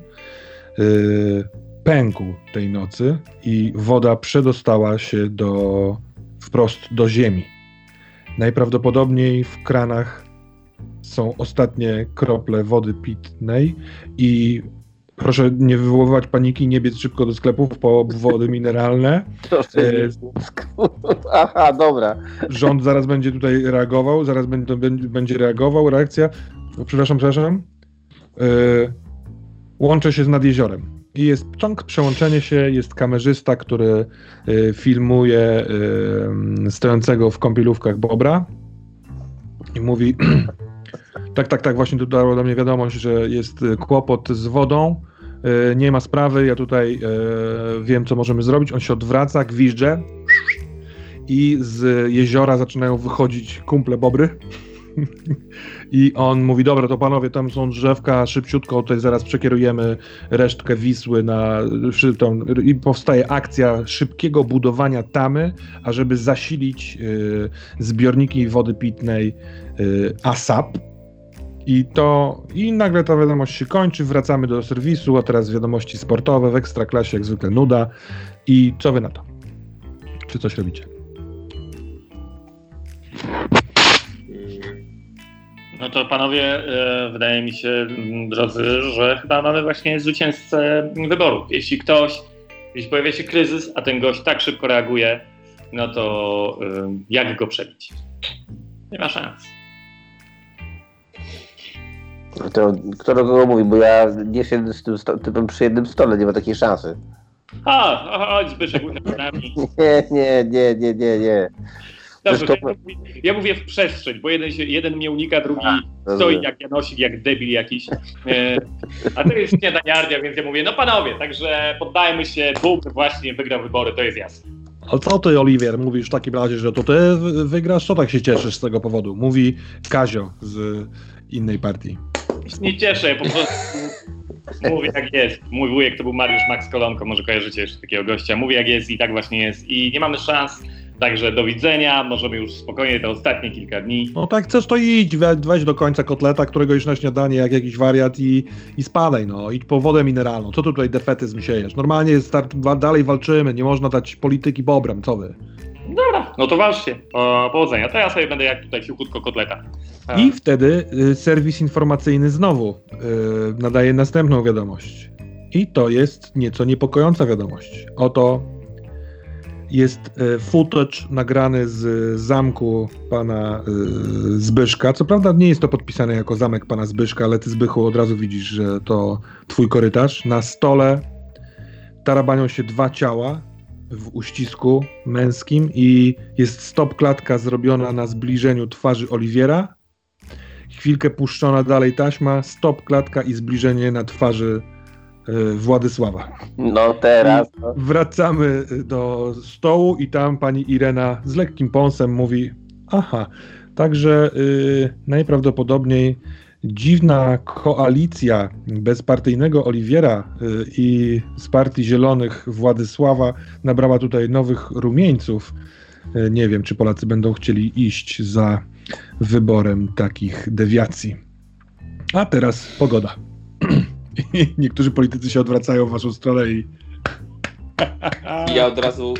pękł tej nocy i woda przedostała się do, wprost do ziemi. Najprawdopodobniej w kranach są ostatnie krople wody pitnej i proszę nie wywoływać paniki, nie biec szybko do sklepów po wody mineralne. E... Aha, dobra. Rząd zaraz będzie tutaj reagował, zaraz będzie, będzie reagował, reakcja. Przepraszam, przepraszam. Yy, łączę się z nad jeziorem. I jest ciąg, przełączenie się, jest kamerzysta, który yy, filmuje yy, stojącego w kąpielówkach Bobra i mówi: tak, tak, tak, właśnie dotarła do mnie wiadomość, że jest kłopot z wodą, yy, nie ma sprawy, ja tutaj yy, wiem, co możemy zrobić. On się odwraca, gwizdże i z jeziora zaczynają wychodzić kumple Bobry. I on mówi: dobra, to panowie, tam są drzewka, szybciutko tutaj zaraz przekierujemy resztkę Wisły na tą, i powstaje akcja szybkiego budowania tamy, ażeby zasilić y, zbiorniki wody pitnej y, ASAP. I to, i nagle ta wiadomość się kończy, wracamy do serwisu, a teraz wiadomości sportowe w Ekstraklasie, jak zwykle nuda. I co wy na to? Czy coś robicie? No to panowie, e, wydaje mi się, drodzy, że chyba mamy właśnie zwycięzcę wyborów. Jeśli ktoś, jeśli pojawia się kryzys, a ten gość tak szybko reaguje, no to e, jak go przebić? Nie ma szans. To kto do kogo mówi, bo ja nie siedzę z tym sto- typem przy jednym stole, nie ma takiej szansy. A, chodź Zbyszek, usiądź z nami. Nie, nie, nie, nie, nie, nie. Dobrze, Zresztą- ja, mówię, ja mówię w przestrzeń, bo jeden, się, jeden mnie unika, drugi A, stoi rozumiem. jak Janosik, jak debil jakiś. E, a to jest śniadaniarnia, więc ja mówię, no panowie, także poddajmy się, Bóg właśnie wygrał wybory, to jest jasne. Ale co ty, Oliwier, mówisz w takim razie, że to ty wygrasz? Co tak się cieszysz z tego powodu? Mówi Kazio z innej partii. Nie cieszę, po prostu mówię jak jest. Mój wujek to był Mariusz Max Kolonko, może kojarzycie jeszcze takiego gościa. Mówię jak jest i tak właśnie jest. I nie mamy szans, także do widzenia, możemy już spokojnie te ostatnie kilka dni. No tak chcesz, to idź, we- weź do końca kotleta, którego już na śniadanie jak jakiś wariat i, i spadaj, no. Idź po wodę mineralną. Co tu tutaj defetyzm siejesz? Normalnie jest start, wa- dalej walczymy, nie można dać polityki bobrem, co wy? Dobra, no to walczcie. O, powodzenia. To ja sobie będę jak tutaj cichutko kotleta. A, I wtedy y, serwis informacyjny znowu y, nadaje następną wiadomość. I to jest nieco niepokojąca wiadomość. Oto jest y, footage nagrany z zamku pana y, Zbyszka. Co prawda nie jest to podpisane jako zamek pana Zbyszka, ale ty, Zbychu, od razu widzisz, że to twój korytarz. Na stole tarabanią się dwa ciała w uścisku męskim i jest stop klatka zrobiona na zbliżeniu twarzy Oliwiera. Chwilkę puszczona dalej taśma, stop klatka i zbliżenie na twarzy y, Władysława. No teraz. No. Wracamy do stołu i tam pani Irena z lekkim pąsem mówi: aha, także y, najprawdopodobniej dziwna koalicja bezpartyjnego Oliwiera y, i z partii Zielonych Władysława nabrała tutaj nowych rumieńców. Y, nie wiem, czy Polacy będą chcieli iść za wyborem takich dewiacji. A teraz pogoda. I niektórzy politycy się odwracają w waszą stronę i I ja od razu,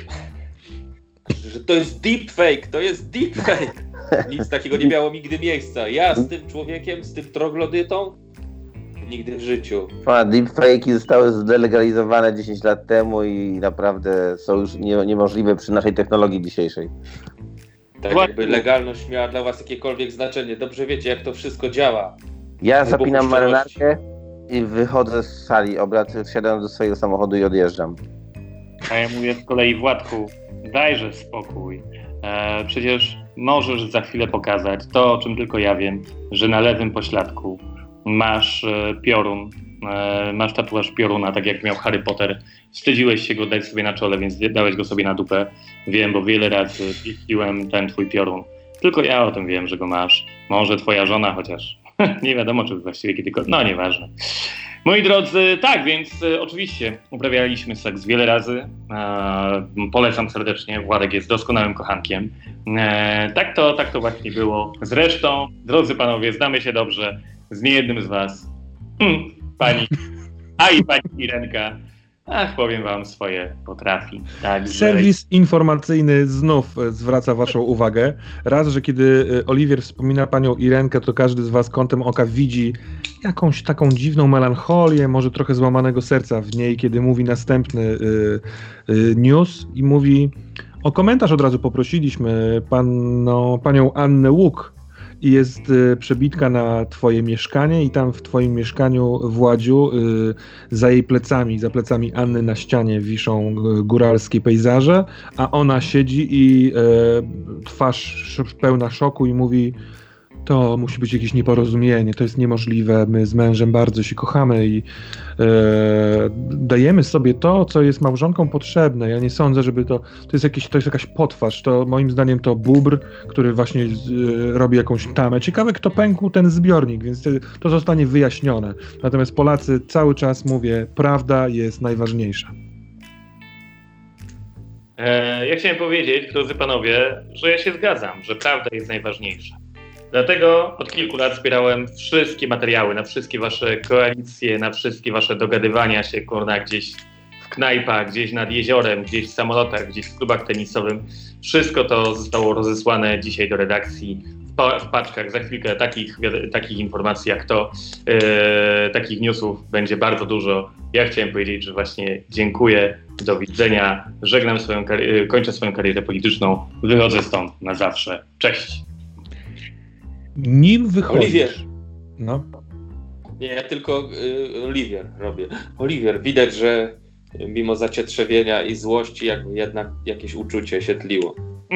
że to jest deepfake, to jest deepfake. Nic takiego nie miało nigdy miejsca. Ja z tym człowiekiem, z tym troglodytą, nigdy w życiu. A, deepfake'i zostały zdelegalizowane dziesięć lat temu i naprawdę są już nie, niemożliwe przy naszej technologii dzisiejszej. Tak jakby legalność miała dla was jakiekolwiek znaczenie. Dobrze wiecie, jak to wszystko działa. Ja Wybuchu zapinam szczerości. marynarkę i wychodzę z sali obrad, wsiadam do swojego samochodu i odjeżdżam. A ja mówię z kolei, Władku, dajże spokój. E, przecież możesz za chwilę pokazać to, o czym tylko ja wiem, że na lewym pośladku masz e, piorun, e, masz tatuaż pioruna, tak jak miał Harry Potter. Wstydziłeś się go dać sobie na czole, więc dałeś go sobie na dupę. Wiem, bo wiele razy pieściłem ten twój piorun. Tylko ja o tym wiem, że go masz. Może twoja żona, chociaż nie wiadomo, czy właściwie kiedykolwiek. No, nieważne. Moi drodzy, tak, więc e, oczywiście uprawialiśmy seks wiele razy. E, polecam serdecznie, Władek jest doskonałym kochankiem. E, tak, to, tak to właśnie było. Zresztą, drodzy panowie, znamy się dobrze z niejednym z was. Hmm, pani, a i pani Irenka. Ach, powiem wam, swoje potrafi. Także... serwis informacyjny znów e, zwraca waszą uwagę. Raz, że kiedy e, Oliwier wspomina panią Irenkę, to każdy z was kątem oka widzi jakąś taką dziwną melancholię, może trochę złamanego serca w niej, kiedy mówi następny y, y, news i mówi: o komentarz od razu poprosiliśmy pano, panią Annę Łuk i jest y, przebitka na twoje mieszkanie i tam w twoim mieszkaniu, Władziu, y, za jej plecami, za plecami Anny na ścianie wiszą y, góralskie pejzaże, a ona siedzi i y, twarz sz- pełna szoku i mówi: to musi być jakieś nieporozumienie, to jest niemożliwe, my z mężem bardzo się kochamy i e, dajemy sobie to, co jest małżonkom potrzebne. Ja nie sądzę, żeby to, to jest, jakieś, to jest jakaś potwarz, to moim zdaniem to bóbr, który właśnie z, e, robi jakąś tamę. Ciekawe, kto pękł ten zbiornik, więc to, to zostanie wyjaśnione. Natomiast Polacy cały czas mówię, prawda jest najważniejsza. E, ja chciałem powiedzieć, drodzy panowie, że ja się zgadzam, że prawda jest najważniejsza. Dlatego od kilku lat zbierałem wszystkie materiały na wszystkie wasze koalicje, na wszystkie wasze dogadywania się, kurna, gdzieś w knajpach, gdzieś nad jeziorem, gdzieś w samolotach, gdzieś w klubach tenisowym. Wszystko to zostało rozesłane dzisiaj do redakcji w, pa- w paczkach. Za chwilkę takich, takich informacji jak to, e, takich newsów będzie bardzo dużo. Ja chciałem powiedzieć, że właśnie dziękuję, do widzenia, żegnam swoją kari- kończę swoją karierę polityczną, wychodzę stąd na zawsze. Cześć! nim wychodzisz... Oliwier. No. Nie, ja tylko y, Oliwier robię. Oliwier, widać, że mimo zacietrzewienia i złości jakby jednak jakieś uczucie się tliło.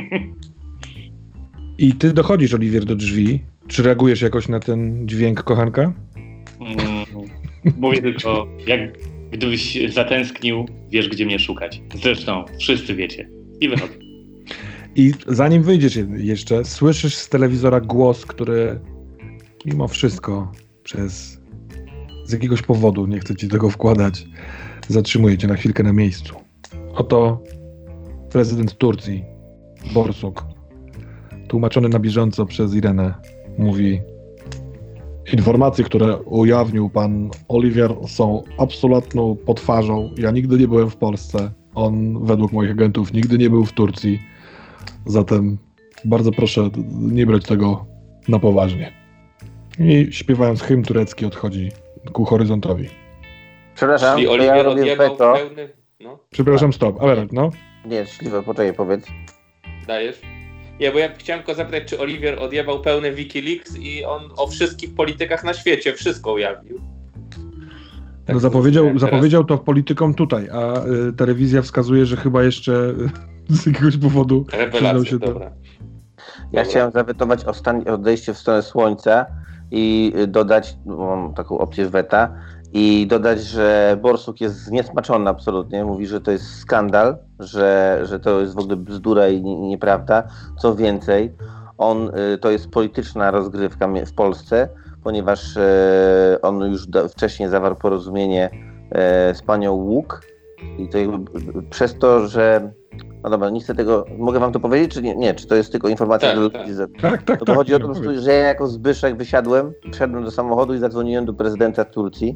I ty dochodzisz, Oliwier, do drzwi. Czy reagujesz jakoś na ten dźwięk, kochanka? Mm, mówię tylko, jak gdybyś zatęsknił, wiesz, gdzie mnie szukać. Zresztą wszyscy wiecie. I wychodzę. I zanim wyjdziesz jeszcze, słyszysz z telewizora głos, który mimo wszystko przez z jakiegoś powodu, nie chcę ci tego wkładać, zatrzymuje cię na chwilkę na miejscu. Oto prezydent Turcji, Borsuk, tłumaczony na bieżąco przez Irenę, mówi: informacje, które ujawnił pan Oliwier, są absolutną potwarzą. Ja nigdy nie byłem w Polsce. On, według moich agentów, nigdy nie był w Turcji. Zatem bardzo proszę nie brać tego na poważnie. I śpiewając hymn turecki odchodzi ku horyzontowi. Przepraszam, Czyli to Oliwier ja robię odjebał weto. pełny... No, Przepraszam, stop. Ale no. Nie, szliwe, poczekaj, powiedz. dajesz? Nie, bo ja chciałem tylko zapytać, czy Oliwier odjebał pełny Wikileaks i on o wszystkich politykach na świecie wszystko ujawnił. Tak No zapowiedział, teraz. zapowiedział to politykom tutaj, a y, telewizja wskazuje, że chyba jeszcze y, z jakiegoś powodu przyznał Rewelacja, się do... dobra. Ja Dobra. chciałem zawetować ostan- odejście w stronę słońca i dodać, mam taką opcję weta, i dodać, że Borsuk jest zniesmaczony absolutnie. Mówi, że to jest skandal, że, że to jest w ogóle bzdura i nie- nieprawda. Co więcej, on, y, to jest polityczna rozgrywka mie- w Polsce, ponieważ y, on już do, wcześniej zawarł porozumienie y, z panią Łuk i to jakby przez to, że no dobra, nie chcę tego, mogę wam to powiedzieć, czy nie? Nie, czy to jest tylko informacja Tak, dla tak. ludzi? Tak, tak, To tak. chodzi o to, nie, po prostu, powiedz. że ja jako Zbyszek wysiadłem, wszedłem do samochodu i zadzwoniłem do prezydenta Turcji.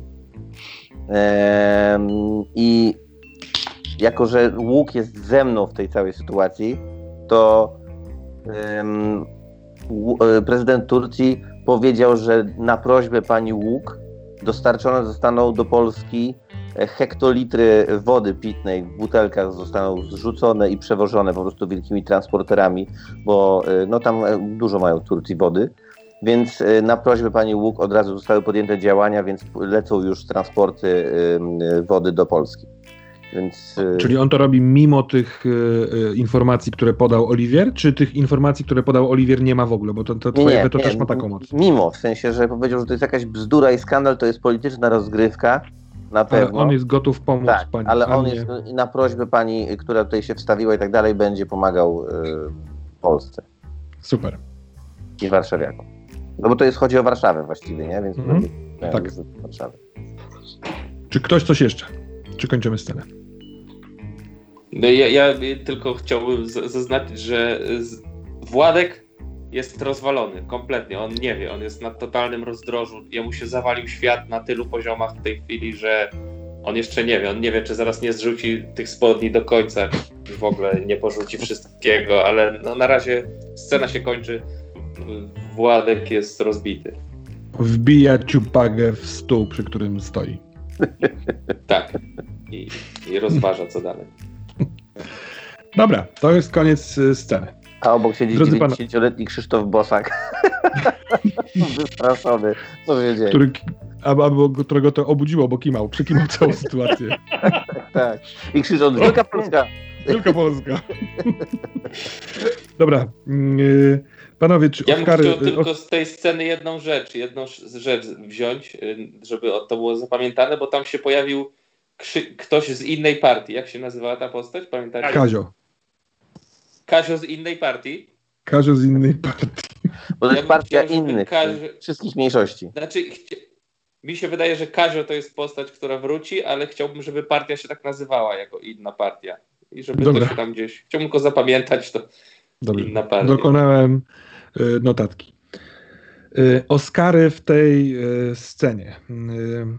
Ehm, I jako, że Łuk jest ze mną w tej całej sytuacji, to em, Łu- e, prezydent Turcji powiedział, że na prośbę pani Łuk dostarczone zostaną do Polski e, hektolitry wody pitnej w butelkach, zostaną zrzucone i przewożone po prostu wielkimi transporterami, bo e, no tam e, dużo mają w Turcji wody, więc e, na prośbę pani Łuk od razu zostały podjęte działania, więc lecą już transporty e, wody do Polski. Więc, e, Czyli on to robi mimo tych y, y, informacji, które podał Oliwier, czy tych informacji, które podał Oliwier nie ma w ogóle? Bo to, to twoje weto też ma taką moc. Mimo, w sensie, że powiedział, że to jest jakaś bzdura i skandal, to jest polityczna rozgrywka, na Ale pewno. on jest gotów pomóc tak, pani ale on Annie. jest na prośbę pani, która tutaj się wstawiła i tak dalej, będzie pomagał y, Polsce Super. i warszawiakom. No bo to jest, chodzi o Warszawę właściwie, nie? Więc Mhm. no, Tak. z Warszawy. Czy ktoś coś jeszcze? Czy kończymy scenę? No ja, ja tylko chciałbym z- zaznaczyć, że z- Władek jest rozwalony kompletnie. On nie wie, on jest na totalnym rozdrożu. Jemu się zawalił świat na tylu poziomach w tej chwili, że on jeszcze nie wie. On nie wie, czy zaraz nie zrzuci tych spodni do końca i w ogóle nie porzuci wszystkiego, ale no, na razie scena się kończy. Władek jest rozbity. Wbija ciupagę w stół, przy którym stoi. Tak. I, i rozważa, co dalej. Dobra, to jest koniec y, sceny. A obok siedzi Drodzy dziewięćdziesięcioletni Krzysztof Bosak. Wystraszony. Co się dzieje? Który, albo, albo którego to obudziło, bo kimał, przykimał całą sytuację. Tak. I krzyczą: Wielka Polska! Tylko Polska. Dobra. y, Panowie, czy Ja bym Oscary... chciał tylko z tej sceny jedną rzecz, jedną sz- rzecz wziąć, y, żeby o- to było zapamiętane, bo tam się pojawił krzy- ktoś z innej partii. Jak się nazywała ta postać? Pamiętacie? Kazio. Kazio z innej partii. Kazio z innej partii. Bo to Ja jest bym partia chciał, żeby innych, Kazio- wszystkich mniejszości. Znaczy, chci- mi się wydaje, że Kazio to jest postać, która wróci, ale chciałbym, żeby partia się tak nazywała jako inna partia. I żeby Dobra. to się tam gdzieś... Chciałbym tylko zapamiętać to. Dobrze. Inna partia. Dokonałem y, notatki. Y, Oscary w tej y, scenie. Y,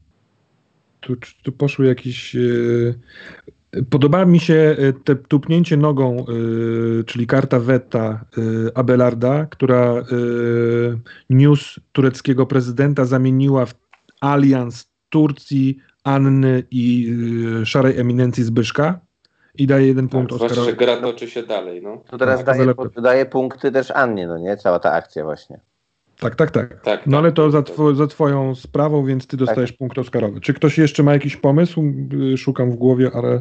tu, tu poszły jakieś... Y, podoba mi się y, te tupnięcie nogą, y, czyli karta weta y, Abelarda, która y, news tureckiego prezydenta zamieniła w alians Turcji, Anny i y, szarej eminencji Zbyszka i daje jeden punkt Tak, zwłaszcza, że Oscarowi. gra toczy się dalej. No. To teraz Tak, daje, zalepię. daje punkty też Annie, no nie? Cała ta akcja właśnie. Tak, tak, tak. Tak, no tak. ale to za, two, za twoją sprawą, więc ty dostajesz tak. punkt Oscarowy. Czy ktoś jeszcze ma jakiś pomysł? Szukam w głowie, ale...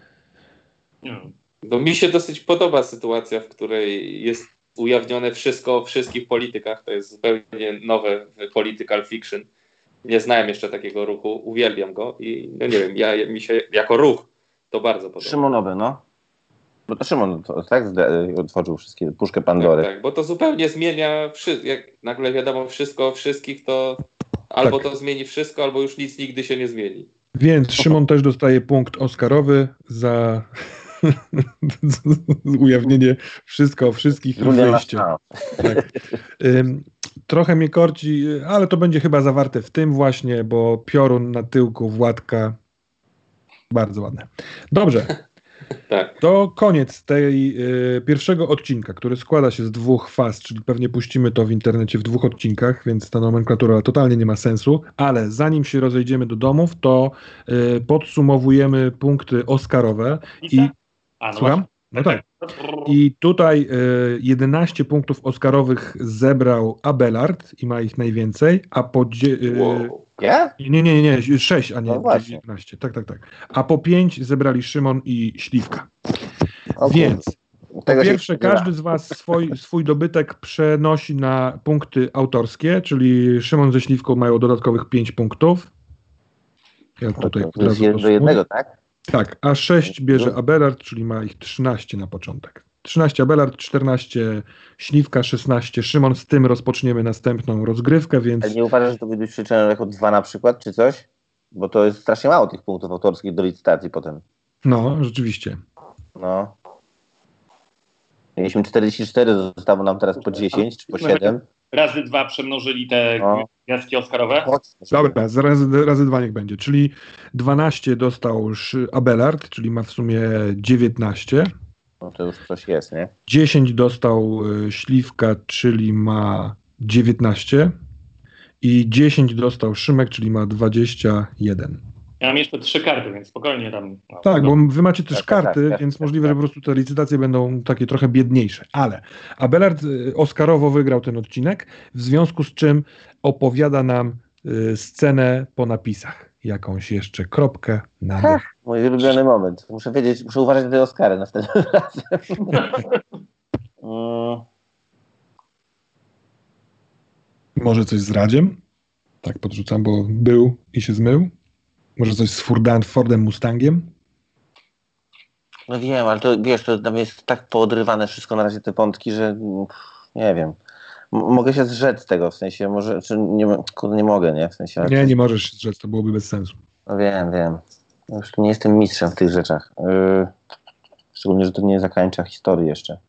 No mi się dosyć podoba sytuacja, w której jest ujawnione wszystko o wszystkich politykach. To jest zupełnie nowe w political fiction. Nie znałem jeszcze takiego ruchu, uwielbiam go i no nie wiem, ja mi się jako ruch to bardzo podoba. Szymonowy, no. Bo to Szymon to, tak otworzył wszystkie, puszkę Pandory. Tak, tak, bo to zupełnie zmienia, jak nagle wiadomo wszystko o wszystkich, to albo tak. to zmieni wszystko, albo już nic nigdy się nie zmieni. Więc Szymon też dostaje punkt Oscarowy za ujawnienie wszystko o wszystkich i wyjście. Tak. Ym, trochę mnie korci, ale to będzie chyba zawarte w tym właśnie, bo piorun na tyłku Władka bardzo ładne. Dobrze. Tak. To koniec tej y, pierwszego odcinka, który składa się z dwóch faz, czyli pewnie puścimy to w internecie w dwóch odcinkach, więc ta nomenklatura totalnie nie ma sensu, ale zanim się rozejdziemy do domów, to y, podsumowujemy punkty Oscarowe i... A, no Słucham? No tak. I tutaj y, jedenaście punktów Oscarowych zebrał Abelard i ma ich najwięcej, a po... Y, wow. Yeah? Nie, nie, nie, nie, sześć, a nie no jedenaście. Tak, tak, tak. A po pięć zebrali Szymon i Śliwka. O, Więc po pierwsze się każdy z was swój, swój dobytek przenosi na punkty autorskie, czyli Szymon ze Śliwką mają dodatkowych pięć punktów. Ja tutaj to jest jeden do jednego, tak? Tak, a sześć bierze Abelard, czyli ma ich trzynaście na początek. trzynaście Abelard, czternaście Śliwka, szesnaście Szymon. Z tym rozpoczniemy następną rozgrywkę, więc... Ale nie uważasz, że to będzie przeliczone jako dwa na przykład, czy coś? Bo to jest strasznie mało tych punktów autorskich do licytacji potem. No, rzeczywiście. No. Mieliśmy czterdzieści cztery, zostało nam teraz po dziesięć, czy po siedem. Razy dwa przemnożyli te no. gwiazdki Oscarowe. Dobra, razy, razy dwa niech będzie. Czyli dwanaście dostał Abelard, czyli ma w sumie dziewiętnaście. No to już coś jest, nie? dziesięć dostał y, Śliwka, czyli ma dziewiętnaście. I dziesięć dostał Szymek, czyli ma dwadzieścia jeden. Ja mam jeszcze trzy karty, więc spokojnie tam... No, tak, no. bo wy macie też tak, karty, tak, tak, więc tak, możliwe, tak. że po prostu te licytacje będą takie trochę biedniejsze. Ale Abelard y, Oscarowo wygrał ten odcinek, w związku z czym opowiada nam y, scenę po napisach. Jakąś jeszcze kropkę na dół. Mój ulubiony moment. Muszę wiedzieć, muszę uważać na te Oscary następnym razem. mm. Może coś z Radziem? Tak podrzucam, bo był i się zmył. Może coś z Fordem, Fordem Mustangiem? No wiem, ale to wiesz, to tam jest tak poodrywane wszystko na razie te pątki, że nie wiem. M- mogę się zrzec tego, w sensie może, czy nie, nie mogę, nie? W sensie, nie, nie możesz się zrzec, to byłoby bez sensu. No wiem, wiem. Już nie jestem mistrzem w tych rzeczach. Yy, szczególnie, że to nie zakończa historii jeszcze.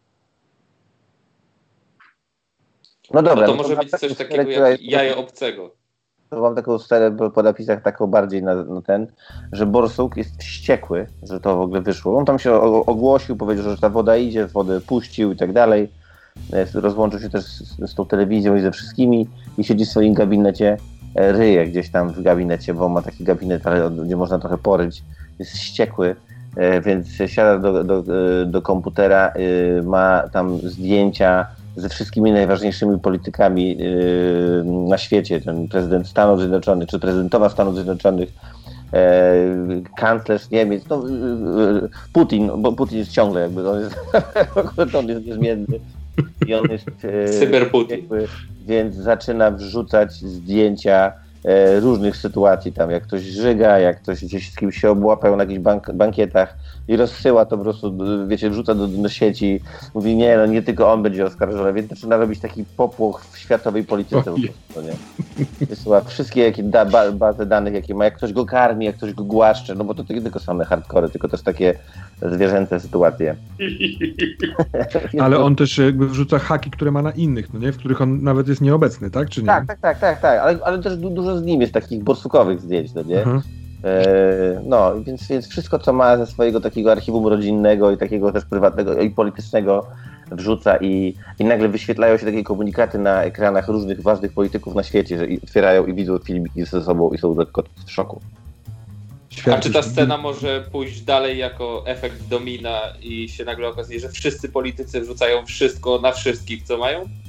No dobra. No to no może to być coś takiego jak jajo obcego. To mam taką scenę po napisach taką bardziej na, na ten, że Borsuk jest wściekły, że to w ogóle wyszło. On tam się o, ogłosił, powiedział, że ta woda idzie, wodę puścił i tak dalej. Rozłączył się też z, z tą telewizją i ze wszystkimi i siedzi w swoim gabinecie, ryje gdzieś tam w gabinecie, bo ma taki gabinet, ale gdzie można trochę poryć. Jest wściekły, więc siada do, do, do komputera, ma tam zdjęcia ze wszystkimi najważniejszymi politykami yy, na świecie, ten prezydent Stanów Zjednoczonych, czy prezydentowa Stanów Zjednoczonych, yy, kanclerz Niemiec, no, yy, Putin, bo Putin jest ciągle jakby, on jest, on jest niezmienny i on jest yy, Cyberputin. Więc zaczyna wrzucać zdjęcia e, różnych sytuacji tam, jak ktoś żyga, jak ktoś gdzieś z kimś się obłapał na jakichś bank- bankietach i rozsyła to po prostu, wiecie, wrzuca do, do sieci, mówi nie, no nie tylko on będzie oskarżony, więc zaczyna robić taki popłoch w światowej polityce. Po prostu, nie? Wysyła wszystkie jakie da, ba, bazy danych, jakie ma, jak ktoś go karmi, jak ktoś go głaszcze, no bo to nie tylko same hardkory, tylko też takie zwierzęce sytuacje. Ale on też jakby wrzuca haki, które ma na innych, no nie? W których on nawet jest nieobecny, tak? Czy nie? Tak, tak, tak, tak, tak. Ale, ale też du- dużo z nim jest takich borsukowych zdjęć, no nie? Mhm. E, no, więc, więc wszystko, co ma ze swojego takiego archiwum rodzinnego i takiego też prywatnego i politycznego wrzuca i, i nagle wyświetlają się takie komunikaty na ekranach różnych ważnych polityków na świecie, że otwierają i widzą filmiki ze sobą i są lekko w szoku. A czy ta scena może pójść dalej jako efekt domina i się nagle okazuje, że wszyscy politycy wrzucają wszystko na wszystkich, co mają?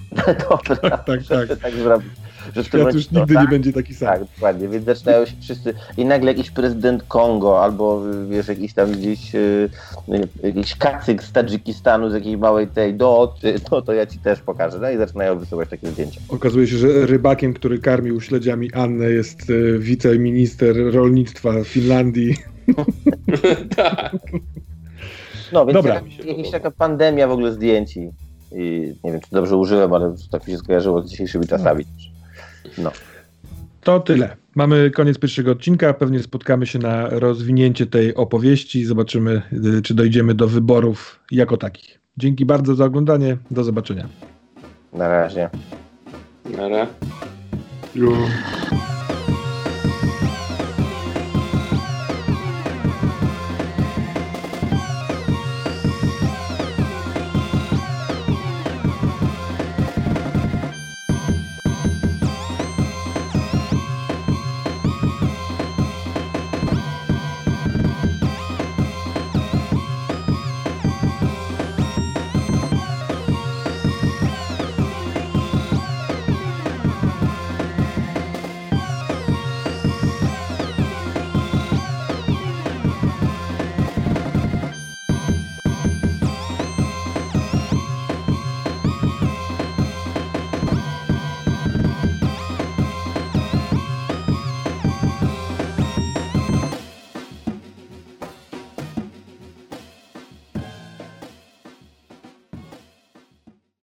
Dobra, Tak, tak, tak. tak zrobić. Że w tym Świat momencie już to, nigdy tak, nie będzie taki sam. Tak, dokładnie, więc zaczynają się wszyscy i nagle jakiś prezydent Kongo albo wiesz, jakiś tam gdzieś yy, jakiś kacyk z Tadżykistanu z jakiejś małej tej do no to ja ci też pokażę, no i zaczynają wysyłać takie zdjęcia. Okazuje się, że rybakiem, który karmił śledziami Annę jest y, wiceminister rolnictwa Finlandii. Tak. No więc Dobra. jakaś, jakaś taka pandemia w ogóle zdjęć i, i nie wiem, czy dobrze użyłem, ale tak mi się skojarzyło z dzisiejszymi czasami. No. To tyle. Mamy koniec pierwszego odcinka. Pewnie spotkamy się na rozwinięcie tej opowieści. Zobaczymy, y, czy dojdziemy do wyborów jako takich. Dzięki bardzo za oglądanie. Do zobaczenia. Na razie. Nara. Jo.